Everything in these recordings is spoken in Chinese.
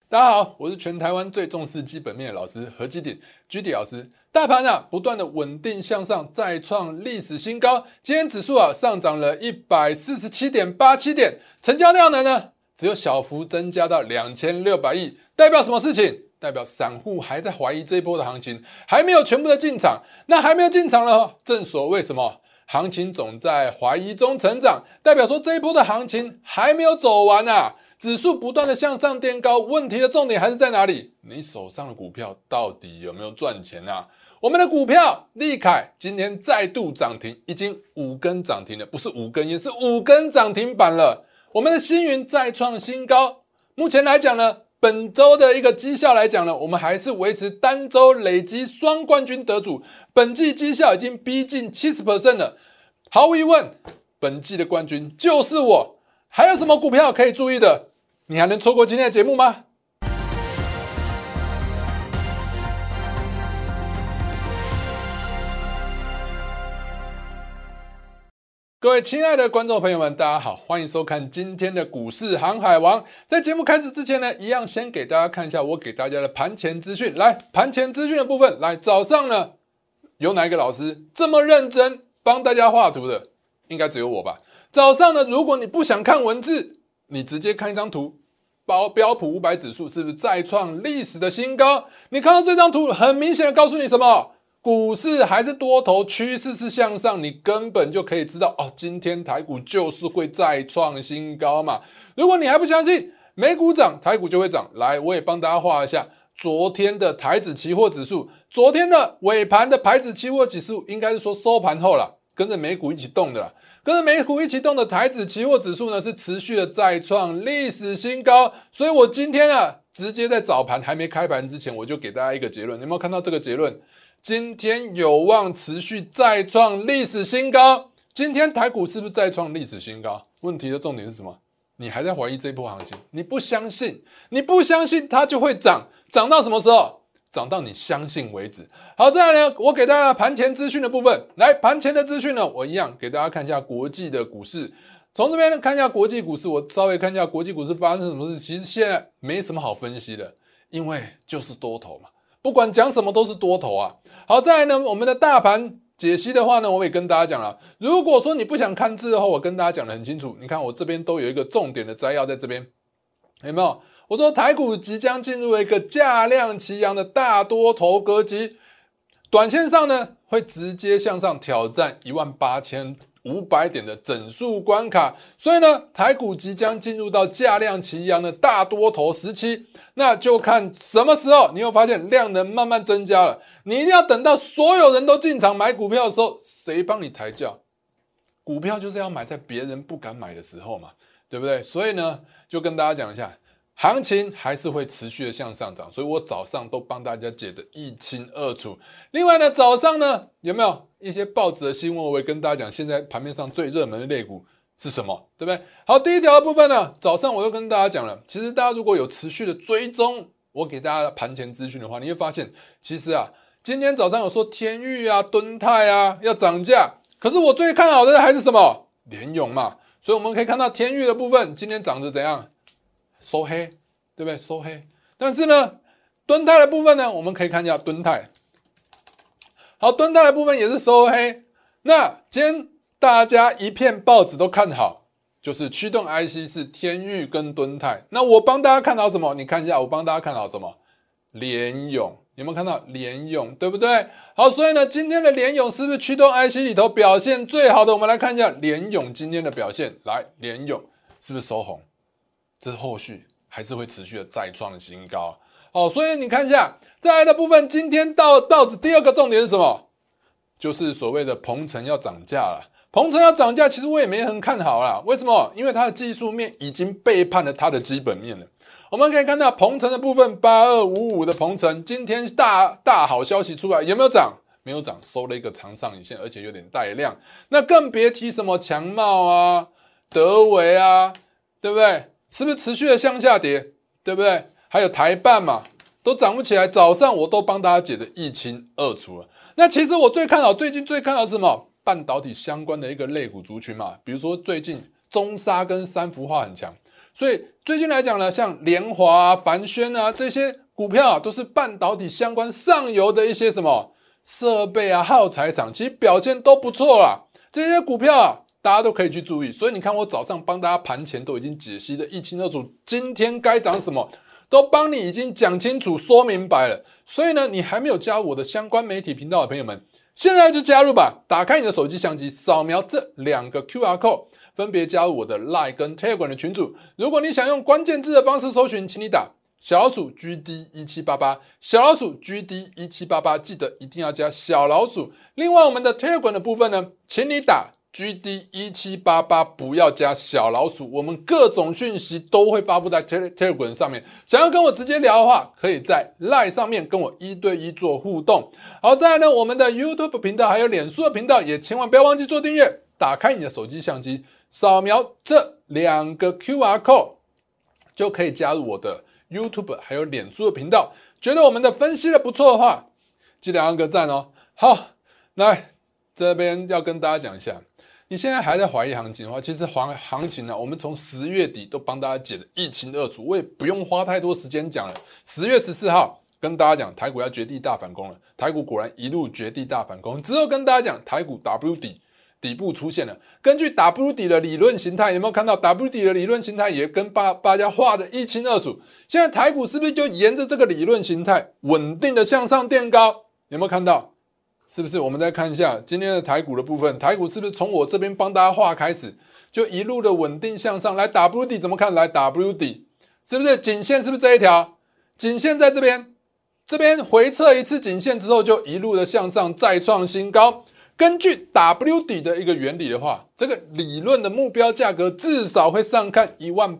大家好，我是全台湾最重视基本面的老师何基鼎 GD 老师。大盘不断的稳定向上，再创历史新高。今天指数上涨了147.87点，成交量呢只有小幅增加到2600亿，代表什么事情？代表散户还在怀疑这一波的行情，还没有全部的进场。那还没有进场了，正所谓什么？行情总在怀疑中成长，代表说这一波的行情还没有走完啊。指数不断的向上垫高，问题的重点还是在哪里？你手上的股票到底有没有赚钱啊？我们的股票立凯今天再度涨停，已经5根涨停了，不是5根，也是5根涨停板了。我们的星云再创新高，目前来讲呢，本周的一个绩效来讲呢，我们还是维持单周累积双冠军得主，本季绩效已经逼近 70% 了。毫无疑问，本季的冠军就是我。还有什么股票可以注意的？你还能错过今天的节目吗？各位亲爱的观众朋友们，大家好，欢迎收看今天的股市航海王。在节目开始之前呢，一样先给大家看一下我给大家的盘前资讯。来，盘前资讯的部分，来，早上呢，有哪一个老师这么认真帮大家画图的？应该只有我吧。早上呢，如果你不想看文字，你直接看一张图，标普500指数是不是再创历史的新高？你看到这张图，很明显的告诉你什么？股市还是多头，趋势是向上，你根本就可以知道哦，今天台股就是会再创新高嘛。如果你还不相信，美股涨，台股就会涨。来，我也帮大家画一下昨天的台指期货指数，昨天的尾盘的台指期货指数，应该是说收盘后啦，跟着美股一起动的啦。跟着美股一起动的台指期货指数呢，是持续的再创历史新高，所以我今天直接在早盘还没开盘之前，我就给大家一个结论，有没有看到这个结论？今天有望持续再创历史新高。今天台股是不是再创历史新高？问题的重点是什么？你还在怀疑这波行情，你不相信它就会涨，涨到什么时候？涨到你相信为止。好，再来呢，我给大家盘前资讯的部分。来，盘前的资讯呢，我一样给大家看一下国际的股市。从这边看一下国际股市，我稍微看一下国际股市发生什么事。其实现在没什么好分析的，因为就是多头嘛，不管讲什么都是多头啊。好，再来呢，我们的大盘解析的话呢，我也跟大家讲了。如果说你不想看字的话，我跟大家讲得很清楚。你看我这边都有一个重点的摘要在这边，有没有？我说台股即将进入一个价量齐扬的大多头格局，短线上呢会直接向上挑战18500点的整数关卡，所以呢台股即将进入到价量齐扬的大多头时期，那就看什么时候你会发现量能慢慢增加了，你一定要等到所有人都进场买股票的时候，谁帮你抬轿？股票就是要买在别人不敢买的时候嘛，对不对？所以呢就跟大家讲一下，行情还是会持续的向上涨，所以我早上都帮大家解得一清二楚。另外呢，早上呢有没有一些报纸的新闻，我会跟大家讲，现在盘面上最热门的类股是什么，对不对？好，第一条的部分呢，早上我又跟大家讲了，其实大家如果有持续的追踪我给大家的盘前资讯的话，你会发现，其实今天早上有说天钰敦泰要涨价，可是我最看好的还是什么？联咏嘛。所以我们可以看到天钰的部分今天涨得怎样？收黑，对不对？收黑。但是呢，敦泰的部分呢，我们可以看一下敦泰。好，敦泰的部分也是收黑。那今天大家一片报纸都看好，就是驱动 IC 是天钰跟敦泰。那我帮大家看好什么？你看一下，我帮大家看好什么？联咏，有没有看到联咏？对不对？好，所以呢，今天的联咏是不是驱动 IC 里头表现最好的？我们来看一下联咏今天的表现。来，联咏是不是收红？这后续还是会持续的再创新高。好，所以你看一下，再来的部分，今天道指第二个重点是什么？就是所谓的鹏程要涨价了。鹏程要涨价，其实我也没很看好啦。为什么？因为它的技术面已经背叛了它的基本面了。我们可以看到鹏程的部分，8255的鹏程，今天大好消息出来，有没有涨？没有涨，收了一个长上影线，而且有点带量。那更别提什么强茂德微对不对？是不是持续的向下跌，对不对？还有台半嘛，都涨不起来。早上我都帮大家解得一清二楚了。那其实我最近最看好是什么？半导体相关的一个类股族群嘛，比如说最近中砂跟三氟化很强， 所以最近来讲呢，像联华啊、凡轩啊这些股票啊，都是半导体相关上游的一些什么设备啊、耗材厂，其实表现都不错啦。这些股票啊，大家都可以去注意。所以你看，我早上帮大家盘前都已经解析的一清二楚，今天该涨什么都帮你已经讲清楚、说明白了。所以呢，你还没有加入我的相关媒体频道的朋友们，现在就加入吧！打开你的手机相机，扫描这2个 QR code， 分别加入我的 Line 跟 Telegram 的群组。如果你想用关键字的方式搜寻，请你打小老鼠 GD1788， 小老鼠 GD1788， 记得一定要加小老鼠。另外，我们的 Telegram 的部分呢，请你打 GD1788， 不要加小老鼠。我们各种讯息都会发布在 Telegram 上面。想要跟我直接聊的话，可以在 Line 上面跟我1对1做互动。好，再来呢，我们的 YouTube 频道还有脸书的频道，也千万不要忘记做订阅。打开你的手机相机，扫描这2个 QR code， 就可以加入我的 YouTube 还有脸书的频道。觉得我们的分析的不错的话，记得按个赞哦。好，来这边要跟大家讲一下，你现在还在怀疑行情的话，其实行情呢，我们从10月底都帮大家解得一清二楚，我也不用花太多时间讲了。10月14号跟大家讲台股要绝地大反攻了，台股果然一路绝地大反攻。之后跟大家讲台股 W 底部出现了，根据 W 底的理论形态，有没有看到 W 底的理论形态也跟大家画的一清二楚？现在台股是不是就沿着这个理论形态稳定的向上垫高？有没有看到？是不是？我们再看一下今天的台股的部分，台股是不是从我这边帮大家画开始，就一路的稳定向上？来 W 底怎么看？来 W 底是不是颈线？是不是这一条？颈线在这边，这边回撤一次颈线之后，就一路的向上再创新高。根据 W 底的一个原理的话，这个理论的目标价格至少会上看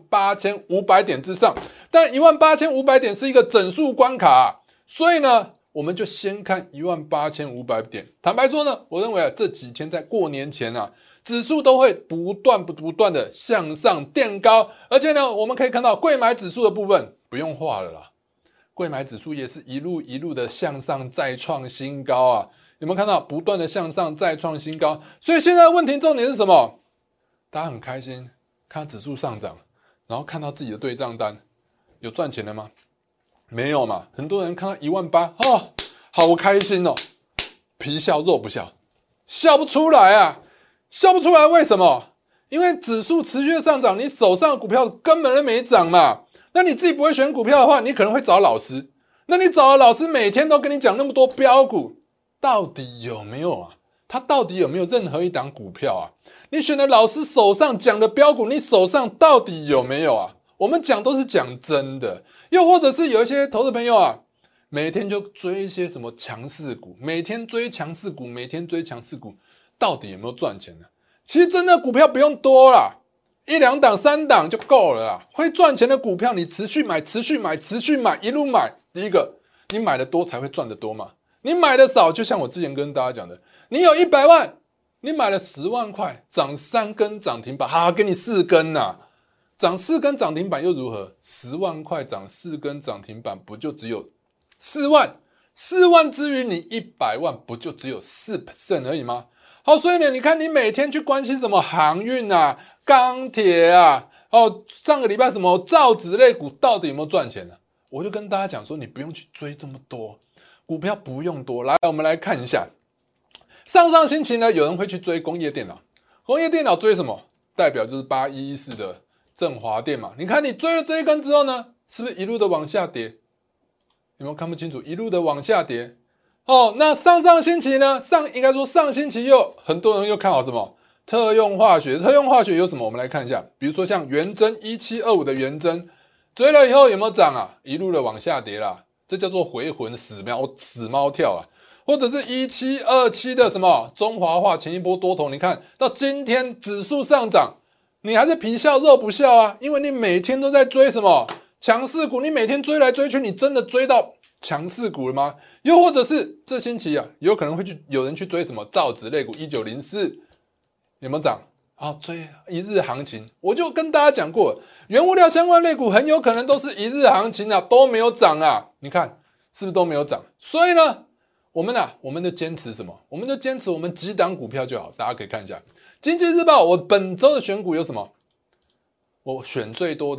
18500点之上，但18500点是一个整数关卡所以呢，我们就先看18500点。坦白说呢，我认为这几天在过年前指数都会不断的向上垫高，而且呢，我们可以看到柜买指数的部分不用画了啦，柜买指数也是一路的向上再创新高有没有看到不断的向上再创新高？所以现在问题重点是什么？大家很开心看到指数上涨，然后看到自己的对账单，有赚钱了吗？没有嘛。很多人看到18000好开心哦，皮笑肉不笑，笑不出来笑不出来。为什么？因为指数持续的上涨，你手上的股票根本就没涨嘛。那你自己不会选股票的话，你可能会找老师。那你找的老师每天都跟你讲那么多标股，到底有没有他到底有没有任何一档股票你选的老师手上讲的标股，你手上到底有没有我们讲都是讲真的，又或者是有一些投资朋友每天就追一些什么强势股，每天追强势股，到底有没有赚钱呢？其实真的股票不用多啦，1、2档、3档就够了啦。会赚钱的股票，你持续买，一路买。第一个，你买的多才会赚得多嘛。你买的少，就像我之前跟大家讲的，你有100万，你买了10万块，涨3根涨停板，给你4根涨4根涨停板又如何？10万块涨4根涨停板，不就只有4万？4万之于你100万，不就只有4% 而已吗？好，所以呢，你看你每天去关心什么航运钢铁上个礼拜什么造纸类股到底有没有赚钱我就跟大家讲说，你不用去追这么多。股票不用多，来，我们来看一下。上星期呢，有人会去追工业电脑，工业电脑追什么？代表就是8114的振华电嘛。你看你追了这一根之后呢，是不是一路的往下跌？有没有看不清楚？一路的往下跌。那上星期呢？应该说上星期又很多人又看好什么？特用化学。特用化学有什么？我们来看一下。比如说像元真1725的元真，追了以后有没有涨一路的往下跌啦。这叫做回魂死猫跳或者是1727的什么中华化前一波多头，你看到今天指数上涨，你还是皮笑肉不笑因为你每天都在追什么强势股，你每天追来追去，你真的追到强势股了吗？又或者是这星期有可能会有人去追什么造纸类股1904，有没有涨？追一日行情，我就跟大家讲过，原物料相关类股很有可能都是一日行情都没有涨你看是不是都没有涨？所以呢，我们就坚持什么？我们就坚持我们几档股票就好。大家可以看一下《经济日报》，我本周的选股有什么？我选最多的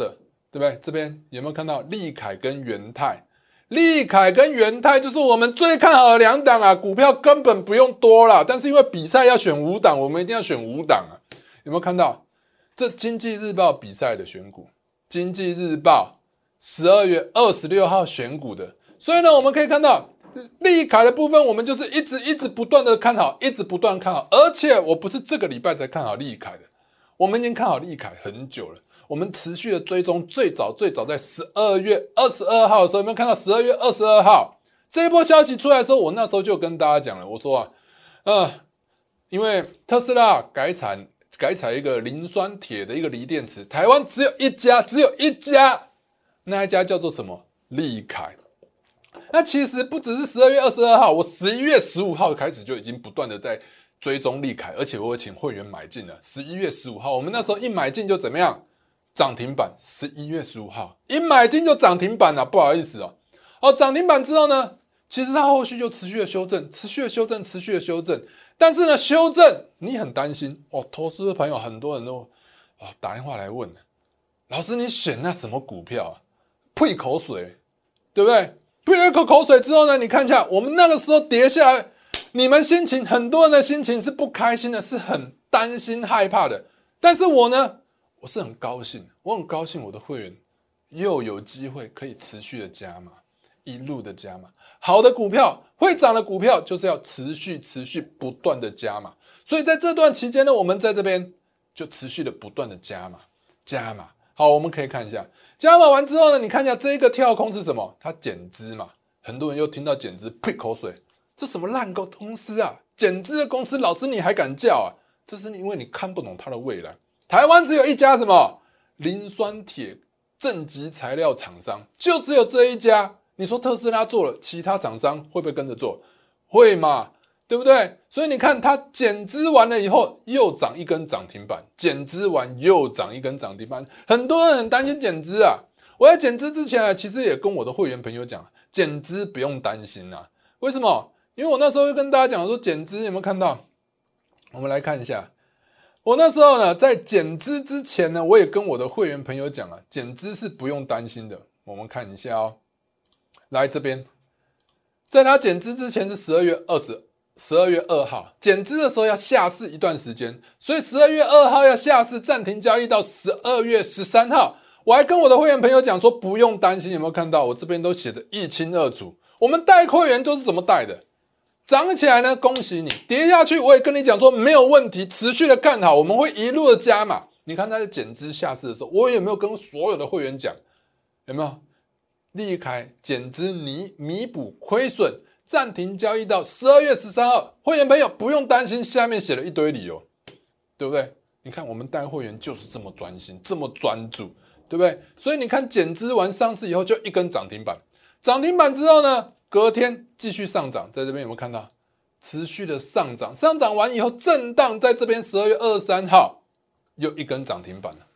对不对？这边有没有看到立凯跟元泰？立凯跟元泰就是我们最看好的2档啊，股票根本不用多啦，但是因为比赛要选5档，我们一定要选5档啊。有没有看到这经济日报比赛的选股？经济日报12月26号选股的，所以呢，我们可以看到立凯的部分，我们就是一直不断的看好，一直不断看好，而且我不是这个礼拜才看好立凯的，我们已经看好立凯很久了。我们持续的追踪，最早在12月22号的时候，有没有看到12月22号这一波消息出来的时候，我那时候就跟大家讲了，我说因为特斯拉改采一个磷酸铁的一个锂电池，台湾只有一家，那一家叫做什么？立凯。那其实不只是12月22号，我11月15号开始就已经不断的在追踪立凯，而且我有请会员买进了。11月15号，我们那时候一买进就怎么样？涨停板。11月15号一买进就涨停板了，不好意思哦。涨停板之后呢，其实它后续就持续的修正，但是呢，修正你很担心哦。投资的朋友很多人都打电话来问，老师你选那什么股票啊？吐口水，对不对？吐一口水之后呢，你看一下我们那个时候跌下来，你们心情，很多人的心情是不开心的，是很担心害怕的。但是我呢，我是很高兴，我的会员又有机会可以持续的加码，一路的加码。好的股票，会涨的股票就是要持续不断的加码。所以在这段期间呢，我们在这边就持续的不断的加码。好，我们可以看一下，加码完之后呢，你看一下这一个跳空是什么？它减资嘛。很多人又听到减资，呸口水，这什么烂公司啊？减资的公司，老师你还敢叫啊？这是因为你看不懂它的未来。台湾只有一家什么磷酸铁正极材料厂商，就只有这一家。你说特斯拉做了，其他厂商会不会跟着做？会嘛，对不对？所以你看它减资完了以后，又涨一根涨停板，减资完又涨一根涨停板。很多人很担心减资啊。我在减资之前啊，其实也跟我的会员朋友讲，减资不用担心啊。为什么？因为我那时候就跟大家讲说，减资有没有看到？我们来看一下。我那时候呢，在减资之前呢，我也跟我的会员朋友讲了，减资是不用担心的。我们看一下哦，来这边，在它减资之前是12月2号，减资的时候要下市一段时间，所以12月2号要下市，暂停交易到12月13号。我还跟我的会员朋友讲说，不用担心，有没有看到？我这边都写的一清二楚。我们带会员都是怎么带的？涨起来呢，恭喜你；跌下去，我也跟你讲说没有问题，持续的看好，我们会一路的加码。你看它在减资下市的时候，我有没有跟所有的会员讲？有没有？立凯减资弥补亏损，暂停交易到12月13号。会员朋友不用担心，下面写了一堆理由，对不对？你看我们带会员就是这么专心，这么专注，对不对？所以你看减资完上市以后就一根涨停板，涨停板之后呢，隔天继续上涨，在这边有没有看到持续的上涨？上涨完以后震荡，在这边12月23号又一根涨停板了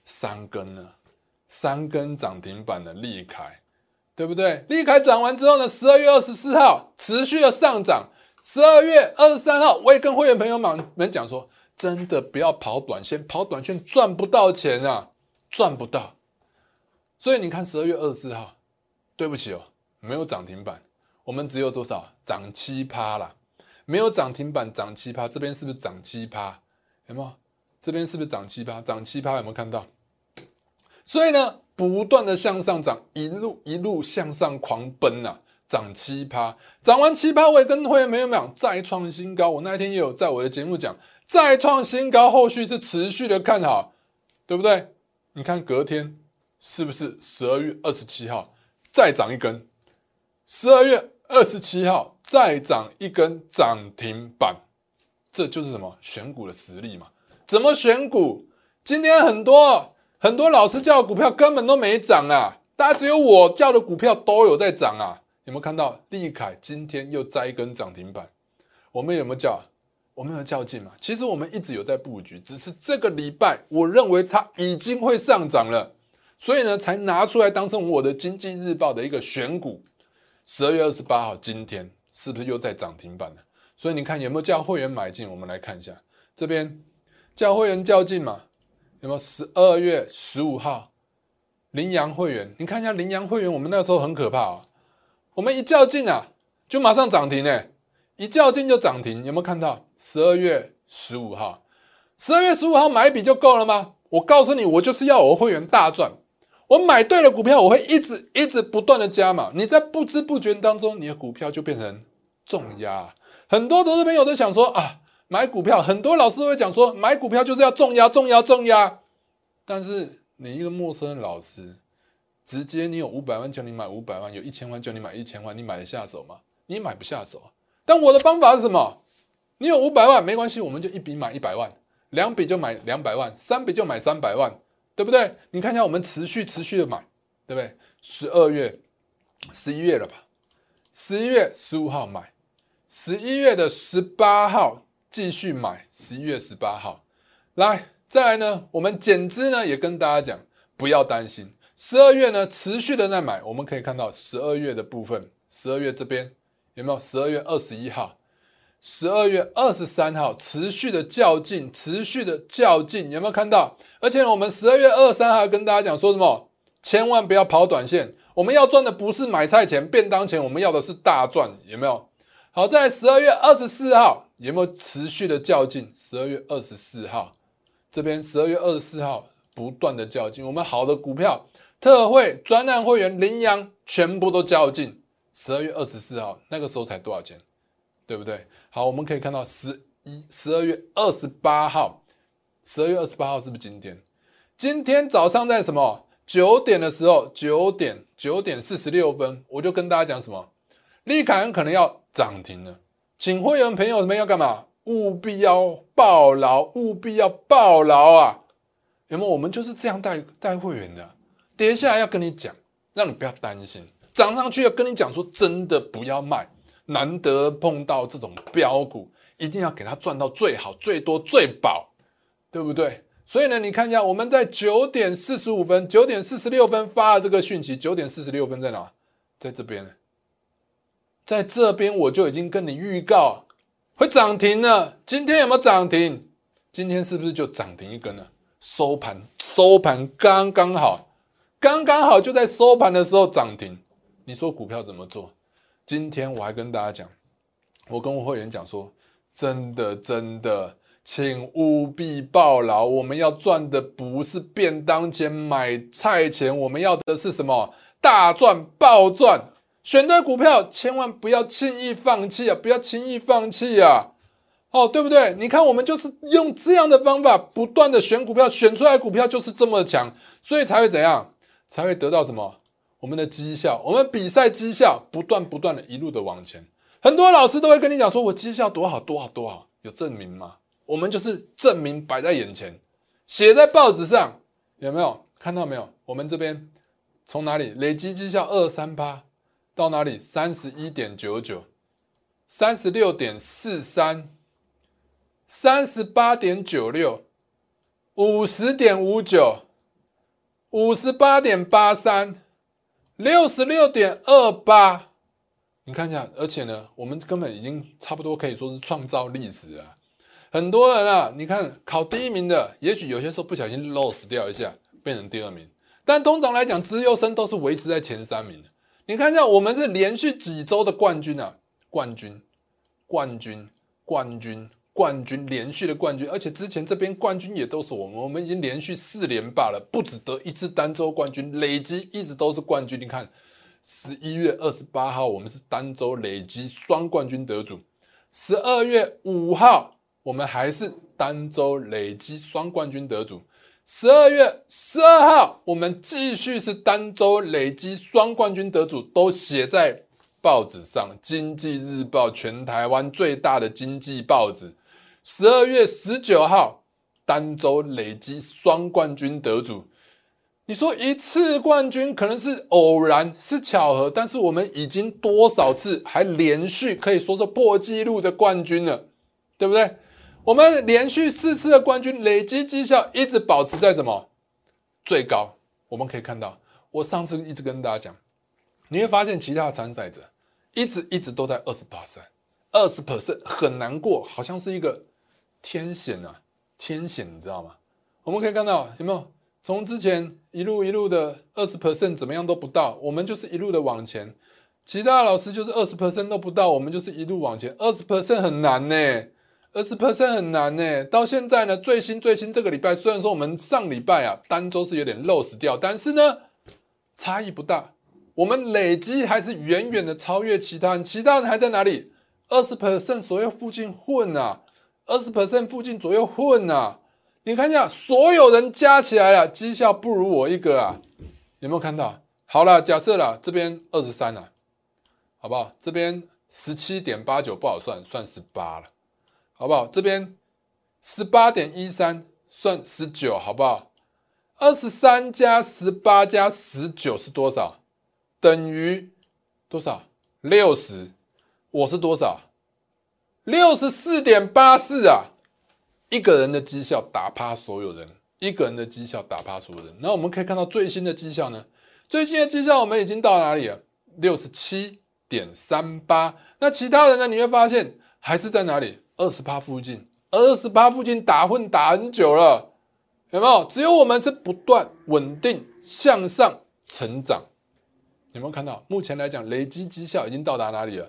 ，3根涨停板的立凯，对不对？立凯涨完之后呢，12月24号持续的上涨，12月23号我也跟会员朋友们讲说，真的不要跑短线，跑短线赚不到钱啊，赚不到。所以你看12月24号，对不起哦，没有涨停板，我们只有多少？涨7%啦，没有涨停板，涨7%，这边是不是涨7%？有没有？这边是不是涨7%？涨7%有没有看到？所以呢，不断的向上涨，一路向上狂奔啊，涨7%，涨完7%，我也跟会员朋友们讲，再创新高。我那一天也有在我的节目讲，再创新高，后续是持续的看好，对不对？你看隔天是不是12月27号再涨一根？12月27号再涨一根涨停板，这就是什么？选股的实力嘛。怎么选股？今天很多老师叫的股票根本都没涨啊，大家只有我叫的股票都有在涨啊。有没有看到立凯今天又再一根涨停板？我们有没有叫？我们有较劲嘛？其实我们一直有在布局，只是这个礼拜我认为它已经会上涨了，所以呢才拿出来当成我的经济日报的一个选股。12月28号今天是不是又在涨停板了？所以你看有没有叫会员买进？我们来看一下，这边叫会员较劲嘛？有没有12月15号羚羊会员，你看一下羚羊会员，我们那时候很可怕啊，我们一较劲啊，就马上涨停一较劲就涨停，有没有看到？12月15号，12月15号买一笔就够了吗？我告诉你，我就是要我会员大赚。我买对了股票，我会一直不断的加码。你在不知不觉当中，你的股票就变成重压。很多投资朋友都想说啊，买股票，很多老师都会讲说，买股票就是要重压。但是你一个陌生的老师，直接你有500万叫你买500万，有1000万叫你买1000万，你买得下手吗？你买不下手。但我的方法是什么？你有500万没关系，我们就一笔买100万，2笔就买200万，3笔就买300万。对不对？你看一下，我们持续的买，对不对？12月、11月了吧？11月15号买，11月的18号继续买，11月18号，来，再来呢，我们减资呢也跟大家讲，不要担心，12月呢持续的在买，我们可以看到12月的部分，12月这边有没有？12月21号。12月23号持续的较劲，有没有看到？而且我们12月23号跟大家讲说什么？千万不要跑短线，我们要赚的不是买菜钱、便当钱，我们要的是大赚，有没有？好，在12月24号有没有持续的较劲？12月24号这边12月24号不断的较劲，我们好的股票、特惠、专案会员、羚羊全部都较劲。12月24号那个时候才多少钱？对不对？好，我们可以看到12月28号，12月28号是不是今天？今天早上在什么9点的时候，9点46分，我就跟大家讲什么？利凯恩可能要涨停了，请会员朋友们要干嘛？务必要抱牢啊！有没有？我们就是这样带会员的，跌下来要跟你讲，让你不要担心；涨上去要跟你讲说，真的不要卖。难得碰到这种标股，一定要给它赚到最好、最多、最饱，对不对？所以呢，你看一下，我们在9点45分、9点46分发了这个讯息，9点46分在哪？在这边，在这边我就已经跟你预告会涨停了。今天有没有涨停？今天是不是就涨停一根了？收盘刚刚好就在收盘的时候涨停。你说股票怎么做？今天我还跟大家讲，我跟我会员讲说，真的，请务必抱牢，我们要赚的不是便当钱、买菜钱，我们要的是什么？大赚暴赚！选对股票，千万不要轻易放弃啊！哦，对不对？你看我们就是用这样的方法，不断的选股票，选出来的股票就是这么强，所以才会怎样？才会得到什么？我们的绩效，我们比赛绩效不断的一路的往前。很多老师都会跟你讲说，我绩效多好，有证明吗？我们就是证明摆在眼前，写在报纸上，有没有看到没有？我们这边从哪里累积绩效238到哪里 31.99 36.43 38.96 50.59 58.83 66.28， 你看一下，而且呢，我们根本已经差不多可以说是创造历史了。很多人啊，你看考第1名的，也许有些时候不小心 lost 掉一下，变成第2名，但通常来讲，资优生都是维持在前3名的。你看一下，我们是连续几周的冠军啊，冠军，连续的冠军，而且之前这边冠军也都是我们已经连续4连霸了，不只得1次单周冠军，累积一直都是冠军。你看11月28号我们是单周累积双冠军得主，12月5号我们还是单周累积双冠军得主，12月12号我们继续是单周累积双冠军得主，都写在报纸上，经济日报全台湾最大的经济报纸，12月19号单周累积双冠军得主。你说一次冠军可能是偶然是巧合，但是我们已经多少次还连续可以说是破纪录的冠军了，对不对？我们连续4次的冠军，累积绩效一直保持在什么最高？我们可以看到，我上次一直跟大家讲，你会发现其他的参赛者一直都在20%很难过，好像是一个天险啊，你知道吗？我们可以看到有没有从之前一路的20% 怎么样都不到，我们就是一路的往前。其他的老师就是 20% 都不到，我们就是一路往前。20% 很难呢，20% 很难呢。到现在呢，最新这个礼拜，虽然说我们上礼拜啊单周是有点lose掉，但是呢差异不大，我们累积还是远远的超越其他人。其他人还在哪里？20% 左右附近混啊，20% 附近左右混啊。你看一下，所有人加起来啊，绩效不如我一个啊，有没有看到？好了，假设啦，这边23啊。好不好？这边17.89不好算，算18了，好不好？这边18.13算19，好不好？23加18加19是多少？等于多少？60。我是多少？64.84啊！一个人的绩效打趴所有人，一个人的绩效打趴所有人。然后我们可以看到最新的绩效呢？最新的绩效我们已经到哪里了？67.38，那其他人呢？你会发现还是在哪里？20%附近，20%附近打混打很久了，有没有？只有我们是不断稳定向上成长，有没有看到？目前来讲，累积绩效已经到达哪里了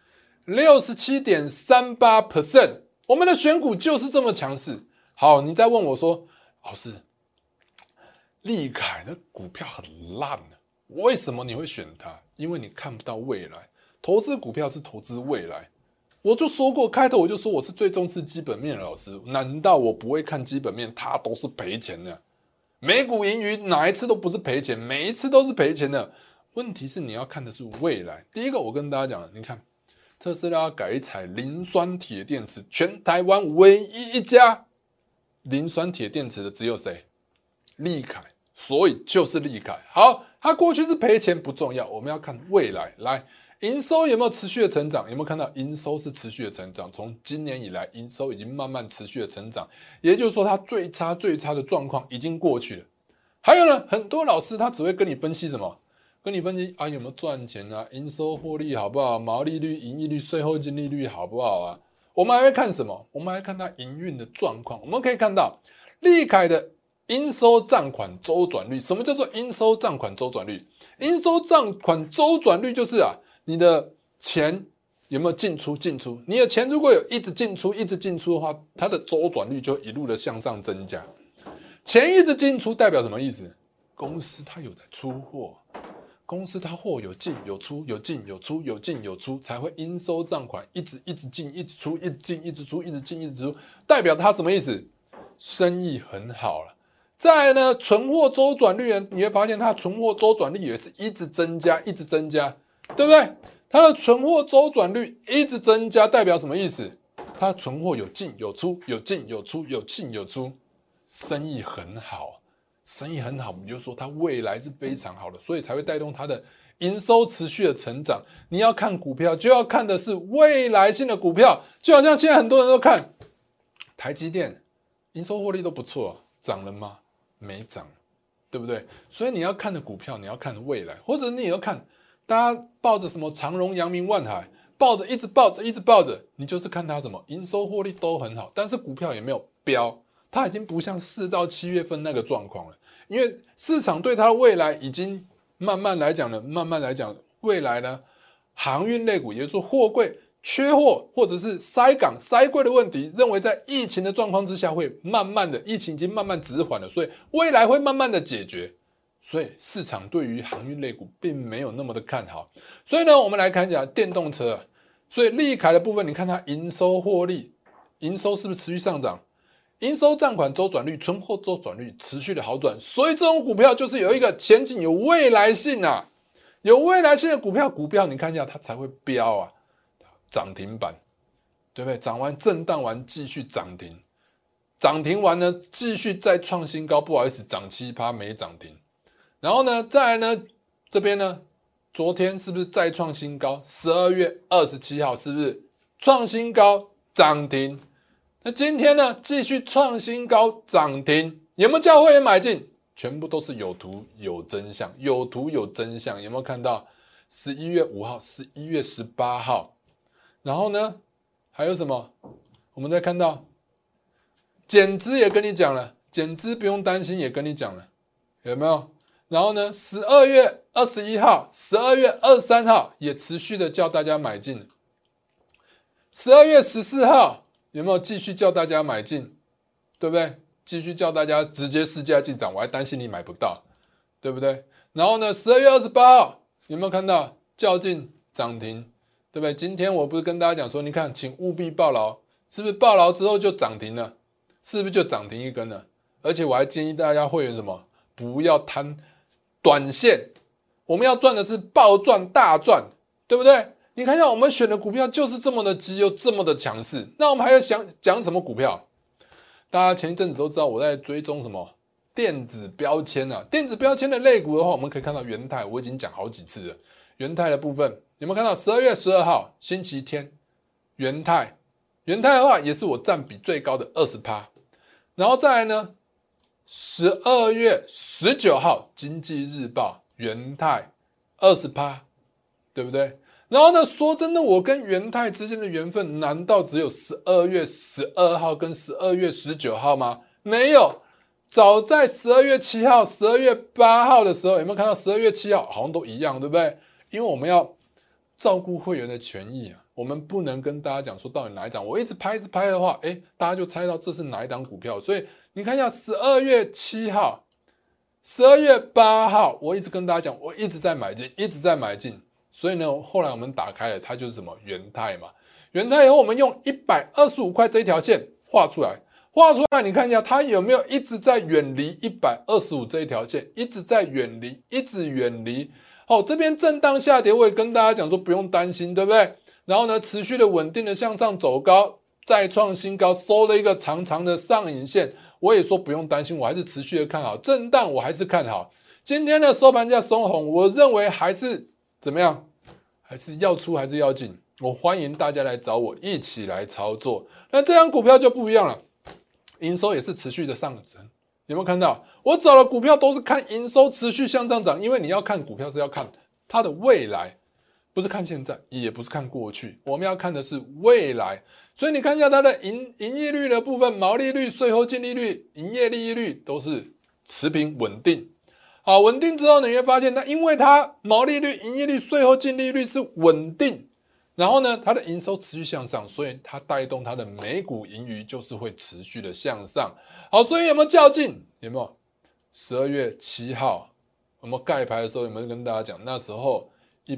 ？67.38%，我们的选股就是这么强势。好，你再问我说，老师，立凯的股票很烂的，为什么你会选它？因为你看不到未来。投资股票是投资未来，我就说过，开头我就说我是最重视基本面的老师，难道我不会看基本面？它都是赔钱的，每股盈余哪一次都不是赔钱，每一次都是赔钱的。问题是你要看的是未来。第一个，我跟大家讲，你看特斯拉改采磷酸铁电池，全台湾唯一一家磷酸铁电池的只有谁？立凯，所以就是立凯。好，它过去是赔钱不重要，我们要看未来。来，营收有没有持续的成长？有没有看到营收是持续的成长？从今年以来，营收已经慢慢持续的成长，也就是说，它最差的状况已经过去了。还有呢，很多老师他只会跟你分析什么？跟你分析啊，有没有赚钱啊？营收获利好不好？毛利率、盈利率、税后净利率好不好啊？我们还会看什么？我们还会看它营运的状况。我们可以看到立凯的应收账款周转率。什么叫做应收账款周转率？应收账款周转率就是啊，你的钱有没有进出？你的钱如果有一直进出的话，它的周转率就一路的向上增加。钱一直进出代表什么意思？公司它有在出货，公司它货有进有出，有进有出，有进有出，才会应收账款一直进一直出，一直进一直出，一直进一直出，代表它什么意思？生意很好了。再来呢，存货周转率呢，你会发现它存货周转率也是一直增加，对不对？它的存货周转率一直增加，代表什么意思？它的存货有进有出，有进有出，有进有出，生意很好。生意很好，我们就说它未来是非常好的，所以才会带动它的营收持续的成长。你要看股票，就要看的是未来性的股票，就好像现在很多人都看台积电，营收获利都不错，涨了吗？没涨，对不对？所以你要看的股票，你要看未来，或者你要看大家抱着什么长荣、阳明、万海，一直抱着，你就是看它什么营收获利都很好，但是股票也没有飙。它已经不像4到7月份那个状况了，因为市场对它的未来已经慢慢来讲，未来呢，航运类股，也就是说货柜缺货或者是塞港塞柜的问题，认为在疫情的状况之下会慢慢的，疫情已经慢慢止缓了，所以未来会慢慢的解决，所以市场对于航运类股并没有那么的看好。所以呢，我们来看一下电动车，所以立凯的部分，你看它营收获利，营收是不是持续上涨？应收账款周转率、存货周转率持续的好转，所以这种股票就是有一个前景、有未来性啊，有未来性的股票，你看一下它才会飙啊，涨停板，对不对？涨完震荡完继续涨停，涨停完呢继续再创新高，不好意思，涨7%没涨停，然后呢，再来呢这边呢，昨天是不是再创新高？12月27号是不是创新高涨停？那今天呢，继续创新高涨停，有没有叫会员买进？全部都是有图有真相，有图有真相，有没有看到？11月5号、11月18号，然后呢，还有什么？我们再看到减资也跟你讲了，减资不用担心，也跟你讲了， 有没有？然后呢，12月21号、12月23号也持续的叫大家买进，12月14号有没有继续叫大家买进？对不对？继续叫大家直接市价进场，我还担心你买不到，对不对？然后呢，12月28号有没有看到叫进涨停？对不对？今天我不是跟大家讲说，你看，请务必抱牢，是不是抱牢之后就涨停了？是不是就涨停一根了？而且我还建议大家会员什么，不要贪短线，我们要赚的是暴赚大赚，对不对？你看一下我们选的股票就是这么的急又这么的强势，那我们还要想讲什么股票？大家前一阵子都知道我在追踪什么电子标签啊，电子标签的类股的话，我们可以看到元泰，我已经讲好几次了。元泰的部分有没有看到？12月12号星期天，元泰的话也是我占比最高的20%，然后再来呢，12月19号经济日报元泰20%，对不对？然后呢，说真的，我跟元泰之间的缘分，难道只有12月12号跟12月19号吗？没有，早在12月7号、12月8号的时候，有没有看到12月7号好像都一样，对不对？因为我们要照顾会员的权益啊，我们不能跟大家讲说到底哪一档。我一直拍的话，大家就猜到这是哪一档股票。所以你看一下12月7号、12月8号，我一直跟大家讲，我一直在买进，一直在买进。所以呢，后来我们打开了，它就是什么元泰嘛。元泰以后，我们用125块这一条线画出来，你看一下它有没有一直在远离125这一条线，一直在远离，一直远离。这边震荡下跌，我也跟大家讲说不用担心，对不对？然后呢，持续的稳定的向上走高，再创新高，收了一个长长的上影线，我也说不用担心，我还是持续的看好，震荡我还是看好。今天的收盘价松红，我认为还是怎么样？还是要出还是要进？我欢迎大家来找我一起来操作。那这张股票就不一样了，营收也是持续的上升。有没有看到？我找的股票都是看营收持续向上涨，因为你要看股票是要看它的未来，不是看现在，也不是看过去，我们要看的是未来。所以你看一下它的营业率的部分，毛利率、税后净利率、营业利益率都是持平稳定。好，稳定之后呢，你会发现，那因为它毛利率、营业率、税后净利率是稳定，然后呢，它的营收持续向上，所以它带动它的每股盈余就是会持续的向上。好，所以有没有较劲？有没有？12月7号，有没有盖牌的时候有没有跟大家讲？那时候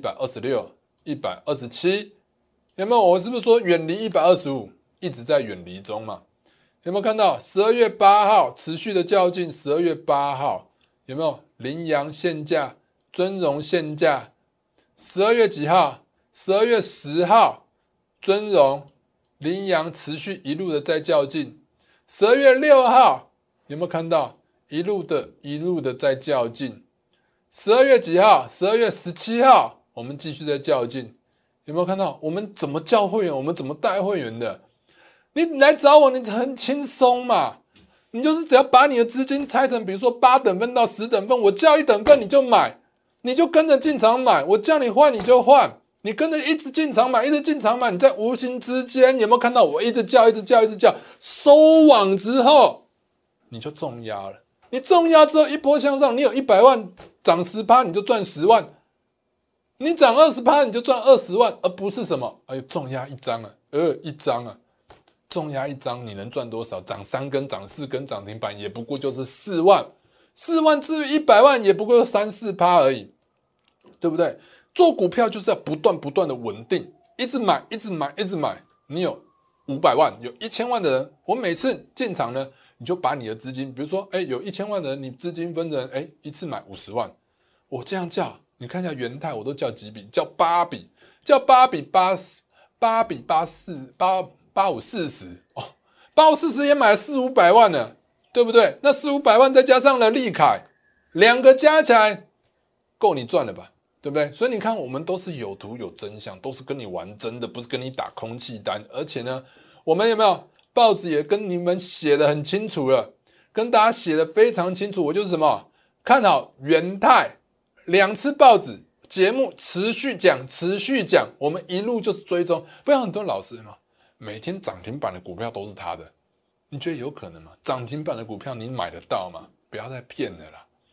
126、127，有没有？我是不是说远离125，一直在远离中嘛？有没有看到？12月8号持续的较劲，12月8号有没有？羚羊限价、尊荣限价，12月几号？12月10号，尊荣、羚羊持续一路的在较劲。12月6号有没有看到？一路的在较劲。12月几号？12月17号，我们继续在较劲。有没有看到？我们怎么教会员？我们怎么带会员的？你来找我，你很轻松嘛。你就是只要把你的资金拆成，比如说8等份到10等份，我叫1等份你就买，你就跟着进场买，我叫你换你就换，你跟着一直进场买，一直进场买，你在无形之间有没有看到我一直叫，收网之后你就重压了，你重压之后一波向上，你有100万涨10%你就赚10万，你涨20%你就赚20万，而不是什么重压一张啊，一张啊。重压一张你能赚多少？涨3根、涨4根涨停板也不过就是4万，4万至于100万也不过3-4%而已，对不对？做股票就是要不断的稳定，一直买。你有500万，有1000万的人，我每次进场呢，你就把你的资金，比如说有1000万的人，你资金分成一次买50万，我这样叫，你看一下元泰，我都叫几笔？叫8笔，叫8笔8比8540哦，8540也买了400-500万了，对不对？那400-500万再加上了利凯，两个加起来够你赚了吧？对不对？所以你看，我们都是有图有真相，都是跟你玩真的，不是跟你打空气单。而且呢，我们有没有报纸也跟你们写的很清楚了，跟大家写的非常清楚。我就是什么看好元泰，2次报纸节目持续讲，我们一路就是追踪。不然很多老师嘛。每天涨停板的股票都是他的，你觉得有可能吗？涨停板的股票你买得到吗？不要再骗了啦！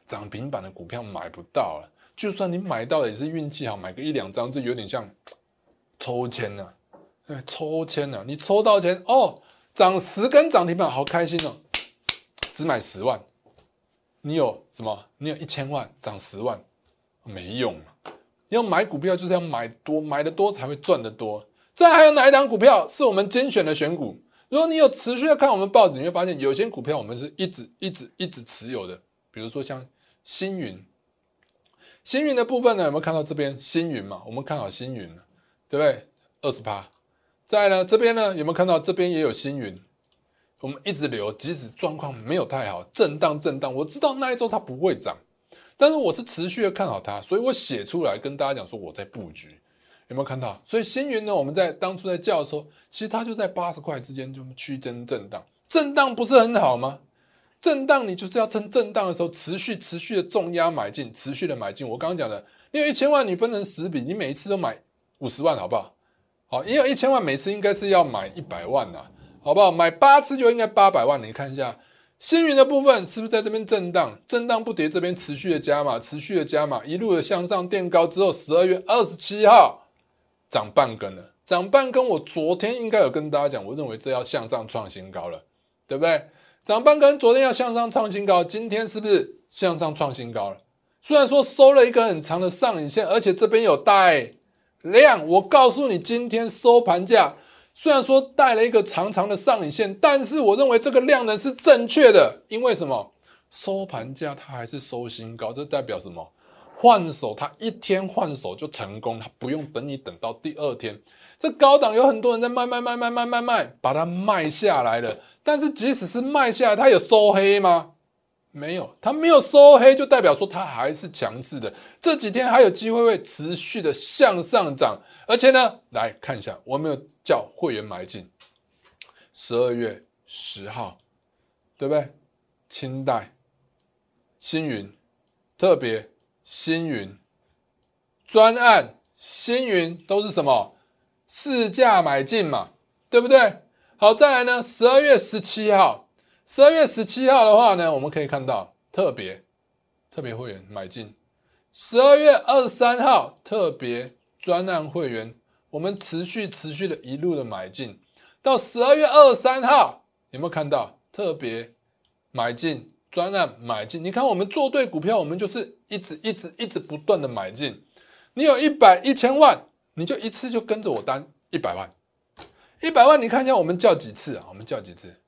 涨停板的股票买不到了，就算你买到也是运气好，买个1、2张，这有点像抽签啊，对，抽签啊，你抽到钱哦，涨10根涨停板，好开心哦，只买10万，你有什么？你有1000万，涨10万，没用啊！要买股票就是要买多，买的多才会赚得多。再还有哪一档股票是我们精选的选股？如果你有持续的看我们报纸，你会发现有些股票我们是一直持有的，比如说像星云，星云的部分呢，有没有看到这边星云嘛？我们看好星云了，对不对？20%。再来呢，这边呢有没有看到这边也有星云？我们一直留，即使状况没有太好，震荡，我知道那一周它不会涨，但是我是持续的看好它，所以我写出来跟大家讲说我在布局，有没有看到？所以星云呢，我们在当初在叫的时候，其实它就在80块之间就区间震荡，震荡不是很好吗？震荡你就是要趁震荡的时候持续的重压买进，持续的买进。我刚刚讲的，你有1000万，你分成10笔，你每一次都买50万，好不好？好，你有1000万，每次应该是要买100万啊，好不好？买8次就应该800万。你看一下星云的部分是不是在这边震荡？震荡不跌，这边持续的加码，一路的向上垫高之后，12月27号涨半根了，涨半根。我昨天应该有跟大家讲，我认为这要向上创新高了，对不对？涨半根，昨天要向上创新高，今天是不是向上创新高了？虽然说收了一个很长的上影线，而且这边有带量，我告诉你，今天收盘价虽然说带了一个长长的上影线，但是我认为这个量能是正确的，因为什么？收盘价它还是收新高，这代表什么？换手，它一天换手就成功，它不用等你等到第2天。这高档有很多人在卖，把它卖下来了。但是即使是卖下来，它有收黑吗？没有，它没有收黑，就代表说它还是强势的。这几天还有机会会持续的向上涨，而且呢，来看一下，我有没有叫会员买进？12月10号，对不对？清代、星云、特别、星云、专案、星云都是什么？市价买进嘛，对不对？好，再来呢，12月17号，12月17号的话呢，我们可以看到特别会员买进，12月23号特别专案会员，我们持续的一路的买进，到12月23号有没有看到特别买进，专案买进？你看我们做对股票，我们就是一直不断的买进。你有1000万，你就一次就跟着我单100万。100万，你看一下我们叫几次啊？我们叫几次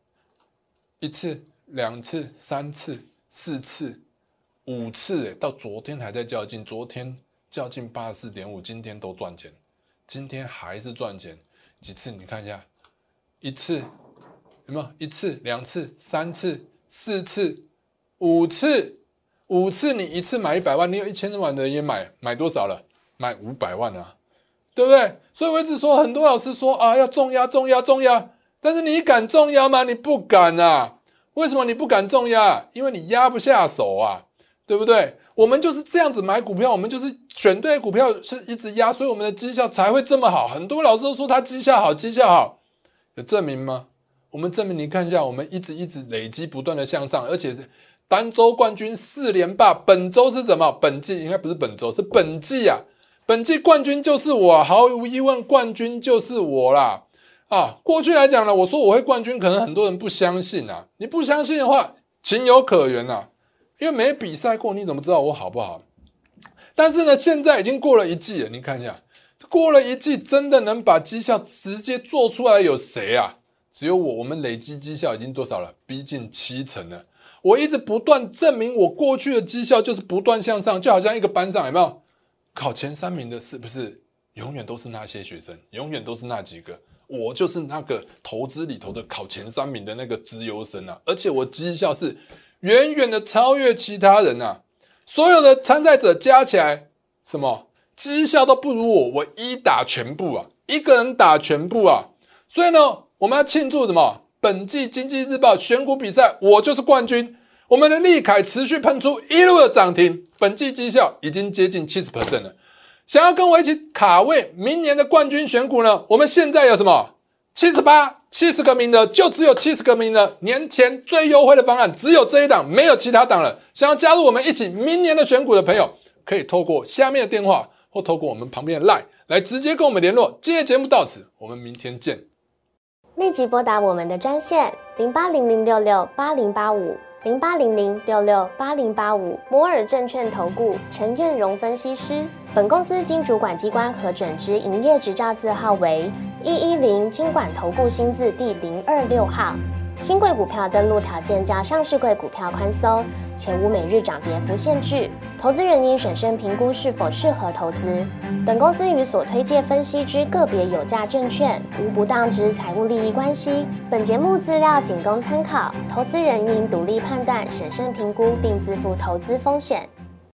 ？1次、2次、3次、4次、5次，到昨天还在较劲，昨天较劲84.5，今天都赚钱，今天还是赚钱。几次？你看一下，1次有没有？1次、2次、3次、4次、5次，5次你一次买100万，你有1000万的人也买多少了？买500万啊！对不对？所以我一直说，很多老师说啊，要重压，但是你敢重压吗？你不敢啊！为什么你不敢重压？因为你压不下手啊，对不对？我们就是这样子买股票，我们就是选对股票，是一直压，所以我们的绩效才会这么好。很多老师都说他绩效好，有证明吗？我们证明，你看一下，我们一直累积，不断的向上，而且是单周冠军4连霸。本周是什么？本季应该不是本周，是本季啊！本季冠军就是我，毫无疑问，冠军就是我啦！啊，过去来讲呢，我说我会冠军，可能很多人不相信啊。你不相信的话，情有可原啊，因为没比赛过，你怎么知道我好不好？但是呢，现在已经过了1季了，你看一下，过了1季，真的能把绩效直接做出来有谁啊？只有我，我们累积绩效已经多少了？逼近70%了。我一直不断证明我过去的绩效就是不断向上，就好像一个班上有没有？考前3名的是不是永远都是那些学生，永远都是那几个？我就是那个投资里头的考前3名的那个资优生啊！而且我绩效是远远的超越其他人啊！所有的参赛者加起来，什么绩效都不如我一打全部啊，一个人打全部啊！所以呢，我们要庆祝什么？本季经济日报选股比赛，我就是冠军。我们的立凯持续喷出一路的涨停，本季绩效已经接近70% 了。想要跟我一起卡位明年的冠军选股呢？我们现在有什么？ 70个名额，就只有70个名额，年前最优惠的方案只有这一档，没有其他档了。想要加入我们一起明年的选股的朋友，可以透过下面的电话或透过我们旁边的 LINE 来直接跟我们联络。今天节目到此，我们明天见。 立即拨打我们的专线0800668085。0800668085，摩尔证券投顾陈彦荣分析师。本公司经主管机关核准之营业执照字号为110金管投顾新字第026号。新贵股票登录条件较上市贵股票宽松，且无每日涨跌幅限制。投资人应审慎评估是否适合投资。本公司与所推介分析之个别有价证券无不当之财务利益关系。本节目资料仅供参考，投资人应独立判断、审慎评估，并自负投资风险。